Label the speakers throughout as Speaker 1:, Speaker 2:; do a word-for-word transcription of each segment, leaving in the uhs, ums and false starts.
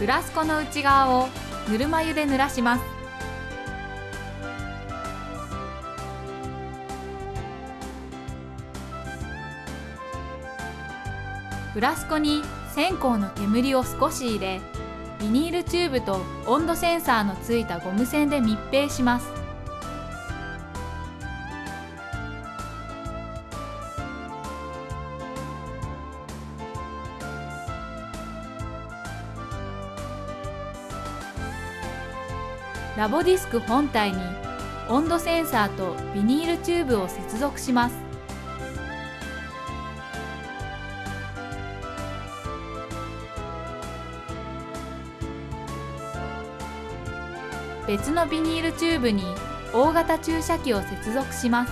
Speaker 1: フラスコの内側をぬるま湯で濡らします。フラスコに線香の煙を少し入れ、ビニールチューブと温度センサーのついたゴム栓で密閉します。ラボディスク本体に温度センサーとビニールチューブを接続します。別のビニールチューブに大型注射器を接続します。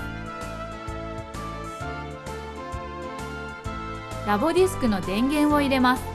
Speaker 1: ラボディスクの電源を入れます。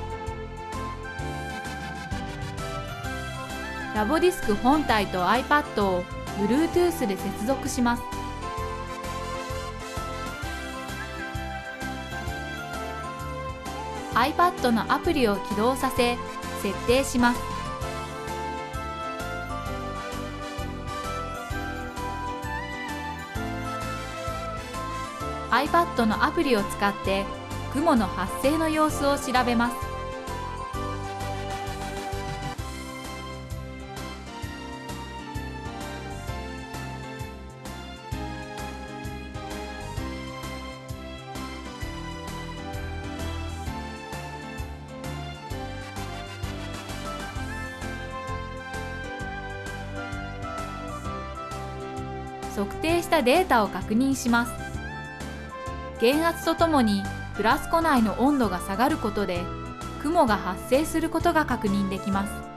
Speaker 1: ラボディスク本体と iPad を Bluetooth で接続します。iPad のアプリを起動させ、設定します。iPad のアプリを使って雲の発生の様子を調べます。測定したデータを確認します。減圧とともにフラスコ内の温度が下がることで雲が発生することが確認できます。